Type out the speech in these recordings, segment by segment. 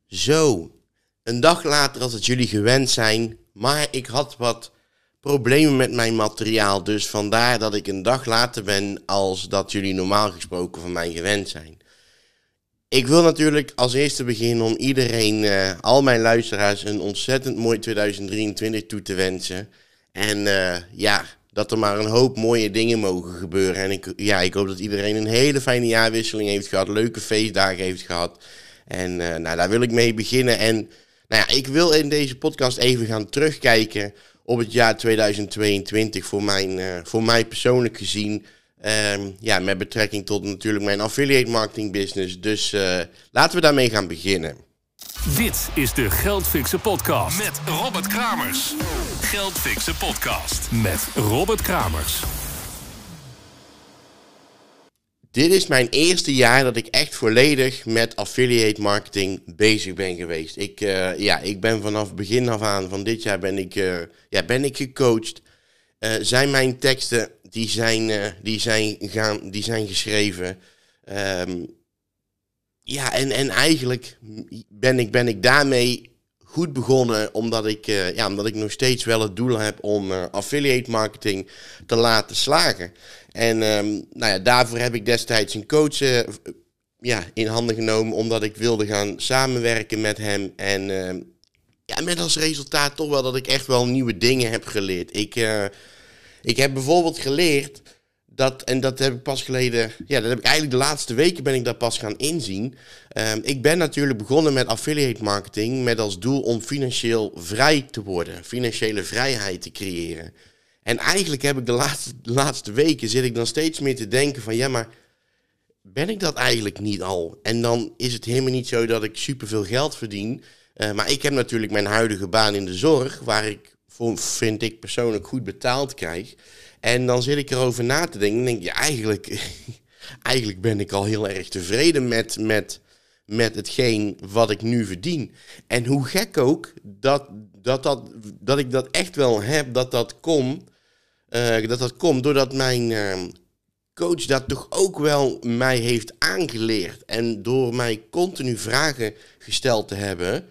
Zo, een dag later als het jullie gewend zijn, maar ik had wat problemen met mijn materiaal. Dus vandaar dat ik een dag later ben als dat jullie normaal gesproken van mij gewend zijn. Ik wil natuurlijk als eerste beginnen om iedereen, al mijn luisteraars, een ontzettend mooi 2023 toe te wensen. En dat er maar een hoop mooie dingen mogen gebeuren. En ik hoop dat iedereen een hele fijne jaarwisseling heeft gehad, leuke feestdagen heeft gehad. En daar wil ik mee beginnen. En ik wil in deze podcast even gaan terugkijken op het jaar 2022 voor mij persoonlijk gezien. Met betrekking tot natuurlijk mijn affiliate marketing business. Dus laten we daarmee gaan beginnen. Dit is de Geldfixen podcast met Robert Kramers. Geldfixen podcast met Robert Kramers. Dit is mijn eerste jaar dat ik echt volledig met affiliate marketing bezig ben geweest. Ik ben vanaf begin af aan van dit jaar ben ik gecoacht. Zijn mijn teksten die zijn geschreven. En eigenlijk ben ik daarmee goed begonnen, omdat ik nog steeds wel het doel heb om affiliate marketing te laten slagen. En daarvoor heb ik destijds een coach in handen genomen, omdat ik wilde gaan samenwerken met hem. En met als resultaat toch wel dat ik echt wel nieuwe dingen heb geleerd. Ik heb bijvoorbeeld geleerd dat heb ik pas geleden, dat heb ik eigenlijk de laatste weken ben ik daar pas gaan inzien. Ik ben natuurlijk begonnen met affiliate marketing met als doel om financieel vrij te worden, financiële vrijheid te creëren. En eigenlijk heb ik de laatste weken zit ik dan steeds meer te denken van maar ben ik dat eigenlijk niet al? En dan is het helemaal niet zo dat ik superveel geld verdien. Maar ik heb natuurlijk mijn huidige baan in de zorg, waar ik vind ik persoonlijk goed betaald krijg. En dan zit ik erover na te denken en denk eigenlijk ben ik al heel erg tevreden met hetgeen wat ik nu verdien. En hoe gek ook dat ik dat echt wel heb, dat komt doordat mijn coach dat toch ook wel mij heeft aangeleerd. En door mij continu vragen gesteld te hebben,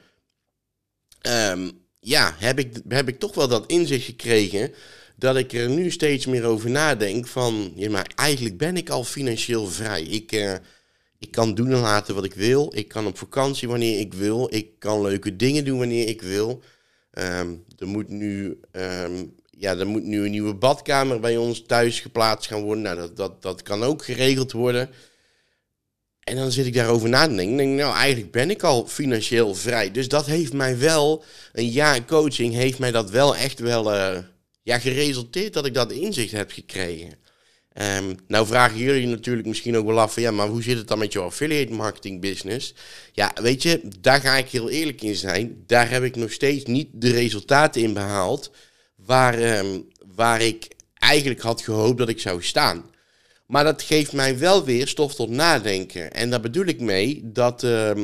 heb ik toch wel dat inzicht gekregen dat ik er nu steeds meer over nadenk van, maar eigenlijk ben ik al financieel vrij. Ik kan doen en laten wat ik wil. Ik kan op vakantie wanneer ik wil. Ik kan leuke dingen doen wanneer ik wil. Er moet nu een nieuwe badkamer bij ons thuis geplaatst gaan worden. Nou, dat kan ook geregeld worden. En dan zit ik daarover na te denken. En denk eigenlijk ben ik al financieel vrij. Dus dat heeft mij wel, een jaar coaching heeft mij dat wel echt wel geresulteerd dat ik dat inzicht heb gekregen. Nou vragen jullie natuurlijk misschien ook wel af van maar hoe zit het dan met jouw affiliate marketing business? Ja, weet je, daar ga ik heel eerlijk in zijn. Daar heb ik nog steeds niet de resultaten in behaald waar ik eigenlijk had gehoopt dat ik zou staan. Maar dat geeft mij wel weer stof tot nadenken. En daar bedoel ik mee dat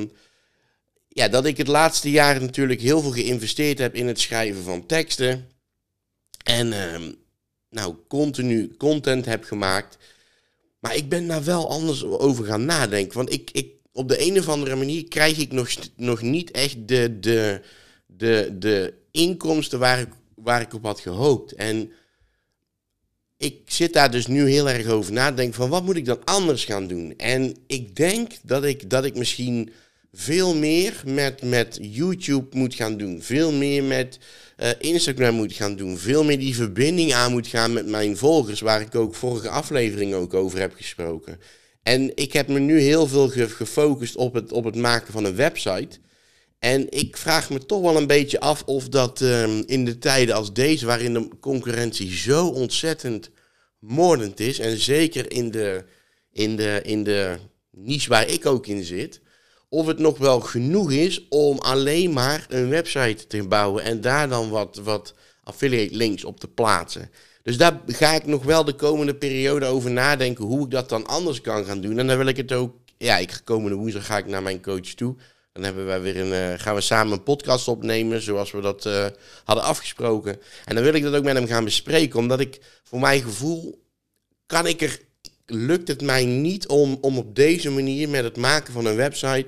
ik het laatste jaar natuurlijk heel veel geïnvesteerd heb in het schrijven van teksten. En continu content heb gemaakt. Maar ik ben daar wel anders over gaan nadenken. Want ik op de een of andere manier krijg ik nog niet echt de inkomsten waar ik op had gehoopt. En ik zit daar dus nu heel erg over na te denken van wat moet ik dan anders gaan doen? En ik denk dat ik misschien veel meer met YouTube moet gaan doen. Veel meer met Instagram moet gaan doen. Veel meer die verbinding aan moet gaan met mijn volgers, waar ik ook vorige aflevering ook over heb gesproken. En ik heb me nu heel veel gefocust op het maken van een website. En ik vraag me toch wel een beetje af of dat in de tijden als deze, waarin de concurrentie zo ontzettend moordend is, en zeker in de niche waar ik ook in zit, of het nog wel genoeg is om alleen maar een website te bouwen en daar dan wat affiliate links op te plaatsen. Dus daar ga ik nog wel de komende periode over nadenken hoe ik dat dan anders kan gaan doen. En dan wil ik het ook, komende woensdag ga ik naar mijn coach toe. Dan hebben wij gaan we samen een podcast opnemen, zoals we dat hadden afgesproken. En dan wil ik dat ook met hem gaan bespreken, omdat ik, voor mijn gevoel, lukt het mij niet om op deze manier met het maken van een website,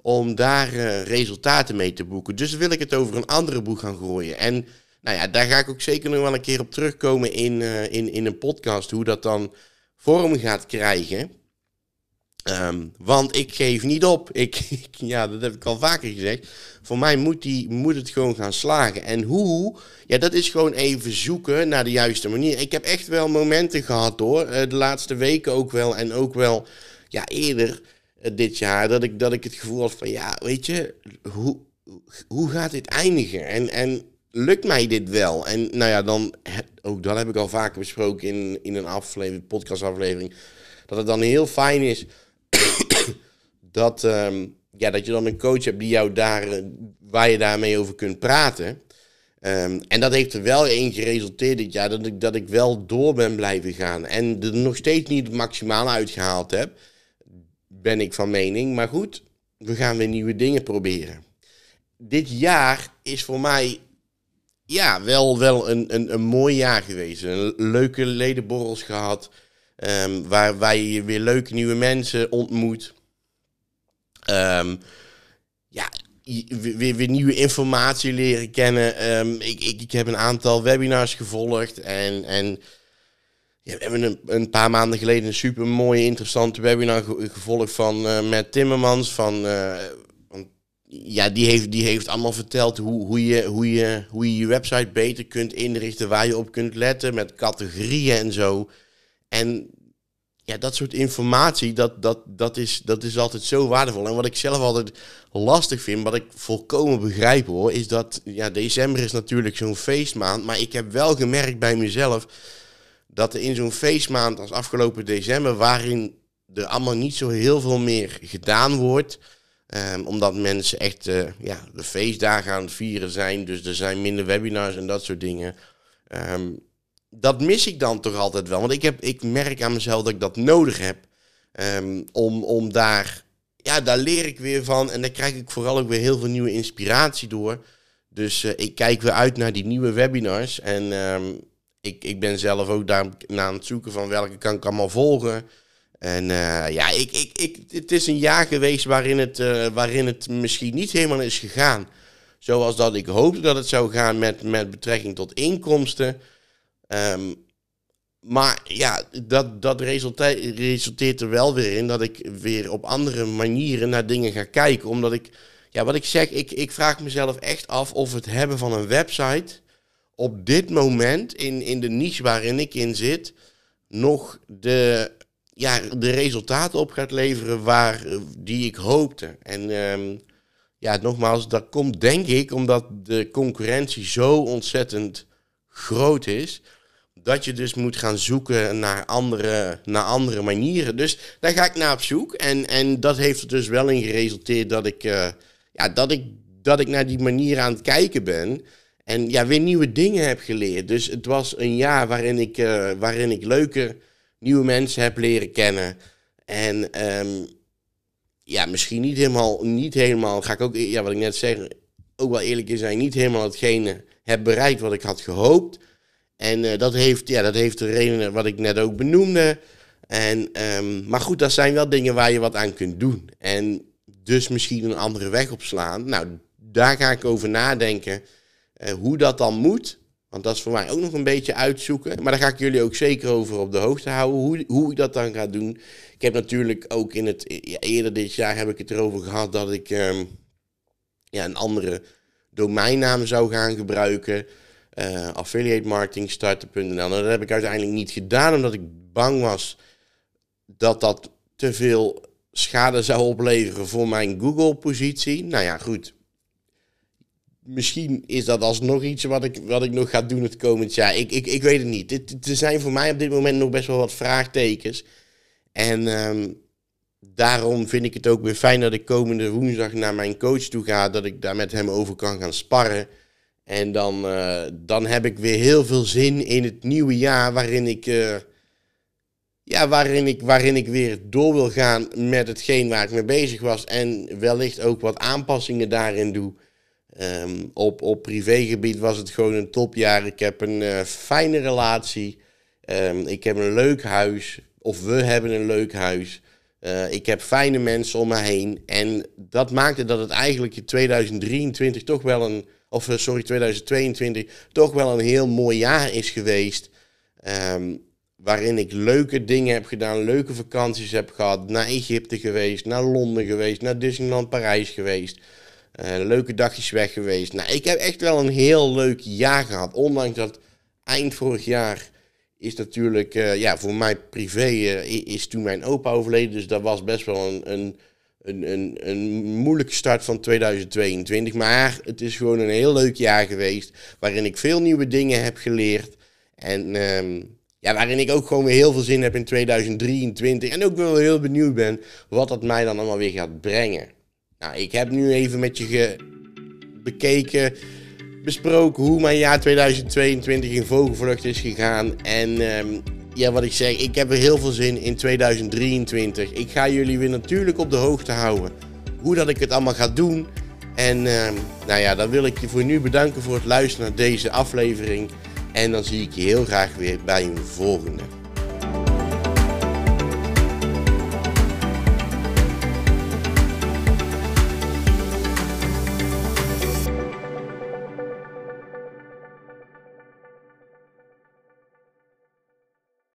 om daar resultaten mee te boeken. Dus wil ik het over een andere boeg gaan gooien. En nou ja, daar ga ik ook zeker nog wel een keer op terugkomen in een podcast, hoe dat dan vorm gaat krijgen. Want ik geef niet op. Ja, dat heb ik al vaker gezegd. Voor mij moet het gewoon gaan slagen. En hoe? Ja, dat is gewoon even zoeken naar de juiste manier. Ik heb echt wel momenten gehad hoor. De laatste weken ook wel. En ook wel ja, eerder dit jaar. Dat ik het gevoel had van ja, weet je, hoe gaat dit eindigen? En lukt mij dit wel? En nou ja, ook dat heb ik al vaker besproken in een podcastaflevering. Dat het dan heel fijn is dat je dan een coach hebt die jou waar je daarmee over kunt praten. En dat heeft er wel in geresulteerd dit jaar dat ik wel door ben blijven gaan. En er nog steeds niet het maximale uitgehaald heb, ben ik van mening. Maar goed, we gaan weer nieuwe dingen proberen. Dit jaar is voor mij ja, wel een mooi jaar geweest. Een leuke ledenborrels gehad. Waar je weer leuke nieuwe mensen ontmoet. Weer nieuwe informatie leren kennen. Ik heb een aantal webinars gevolgd. En we hebben een paar maanden geleden een super mooie, interessante webinar gevolgd van Matt Timmermans. Die heeft allemaal verteld hoe je website beter kunt inrichten, waar je op kunt letten met categorieën en zo. En ja, dat soort informatie, dat is altijd zo waardevol. En wat ik zelf altijd lastig vind, wat ik volkomen begrijp hoor, is dat ja, december is natuurlijk zo'n feestmaand. Maar ik heb wel gemerkt bij mezelf dat er in zo'n feestmaand als afgelopen december, waarin er allemaal niet zo heel veel meer gedaan wordt, omdat mensen echt de feestdagen aan het vieren zijn. Dus er zijn minder webinars en dat soort dingen. Dat mis ik dan toch altijd wel. Want ik merk aan mezelf dat ik dat nodig heb. Om daar leer ik weer van. En daar krijg ik vooral ook weer heel veel nieuwe inspiratie door. Dus ik kijk weer uit naar die nieuwe webinars. En ik ben zelf ook daar aan het zoeken van welke kan ik allemaal volgen. En het is een jaar geweest waarin het misschien niet helemaal is gegaan zoals dat ik hoopte dat het zou gaan met betrekking tot inkomsten. Maar ja, dat resulteert er wel weer in dat ik weer op andere manieren naar dingen ga kijken. Omdat wat ik zeg, ik vraag mezelf echt af of het hebben van een website op dit moment in de niche waarin ik in zit, nog de resultaten op gaat leveren die ik hoopte. En nogmaals, dat komt denk ik omdat de concurrentie zo ontzettend groot is, dat je dus moet gaan zoeken naar andere manieren. Dus daar ga ik naar op zoek. En dat heeft er dus wel in geresulteerd dat ik naar die manier aan het kijken ben. En weer nieuwe dingen heb geleerd. Dus het was een jaar waarin ik leuke nieuwe mensen heb leren kennen. En misschien niet helemaal, ga ik ook, wat ik net zeg, ook wel eerlijk in zijn, niet helemaal hetgene heb bereikt wat ik had gehoopt. En dat heeft de redenen wat ik net ook benoemde. Maar goed, dat zijn wel dingen waar je wat aan kunt doen. En dus misschien een andere weg op slaan. Nou, daar ga ik over nadenken. Hoe dat dan moet. Want dat is voor mij ook nog een beetje uitzoeken. Maar daar ga ik jullie ook zeker over op de hoogte houden. Hoe ik dat dan ga doen. Ik heb natuurlijk ook eerder dit jaar heb ik het erover gehad dat ik een andere domeinnaam zou gaan gebruiken. Affiliate marketing starten.nl. Dat heb ik uiteindelijk niet gedaan, omdat ik bang was dat te veel schade zou opleveren voor mijn Google-positie. Nou ja, goed. Misschien is dat alsnog iets wat ik nog ga doen het komend jaar. Ik weet het niet. Er zijn voor mij op dit moment nog best wel wat vraagtekens. En daarom vind ik het ook weer fijn dat ik komende woensdag naar mijn coach toe ga. Dat ik daar met hem over kan gaan sparren. En dan heb ik weer heel veel zin in het nieuwe jaar waarin ik weer door wil gaan met hetgeen waar ik mee bezig was. En wellicht ook wat aanpassingen daarin doe. Op privégebied was het gewoon een topjaar. Ik heb een fijne relatie. Ik heb een leuk huis. Of we hebben een leuk huis. Ik heb fijne mensen om me heen. En dat maakte dat het eigenlijk in 2023 toch wel 2022 toch wel een heel mooi jaar is geweest. Waarin ik leuke dingen heb gedaan, leuke vakanties heb gehad. Naar Egypte geweest, naar Londen geweest, naar Disneyland Parijs geweest. Leuke dagjes weg geweest. Nou, ik heb echt wel een heel leuk jaar gehad. Ondanks dat eind vorig jaar is natuurlijk, voor mij privé is toen mijn opa overleden. Dus dat was best wel een moeilijke start van 2022. Maar het is gewoon een heel leuk jaar geweest. Waarin ik veel nieuwe dingen heb geleerd. En waarin ik ook gewoon weer heel veel zin heb in 2023. En ook wel heel benieuwd ben wat dat mij dan allemaal weer gaat brengen. Nou, ik heb nu even met je besproken hoe mijn jaar 2022 in vogelvlucht is gegaan. En wat ik zeg, ik heb er heel veel zin in 2023. Ik ga jullie weer natuurlijk op de hoogte houden hoe dat ik het allemaal ga doen. En dan wil ik je voor nu bedanken voor het luisteren naar deze aflevering. En dan zie ik je heel graag weer bij een volgende.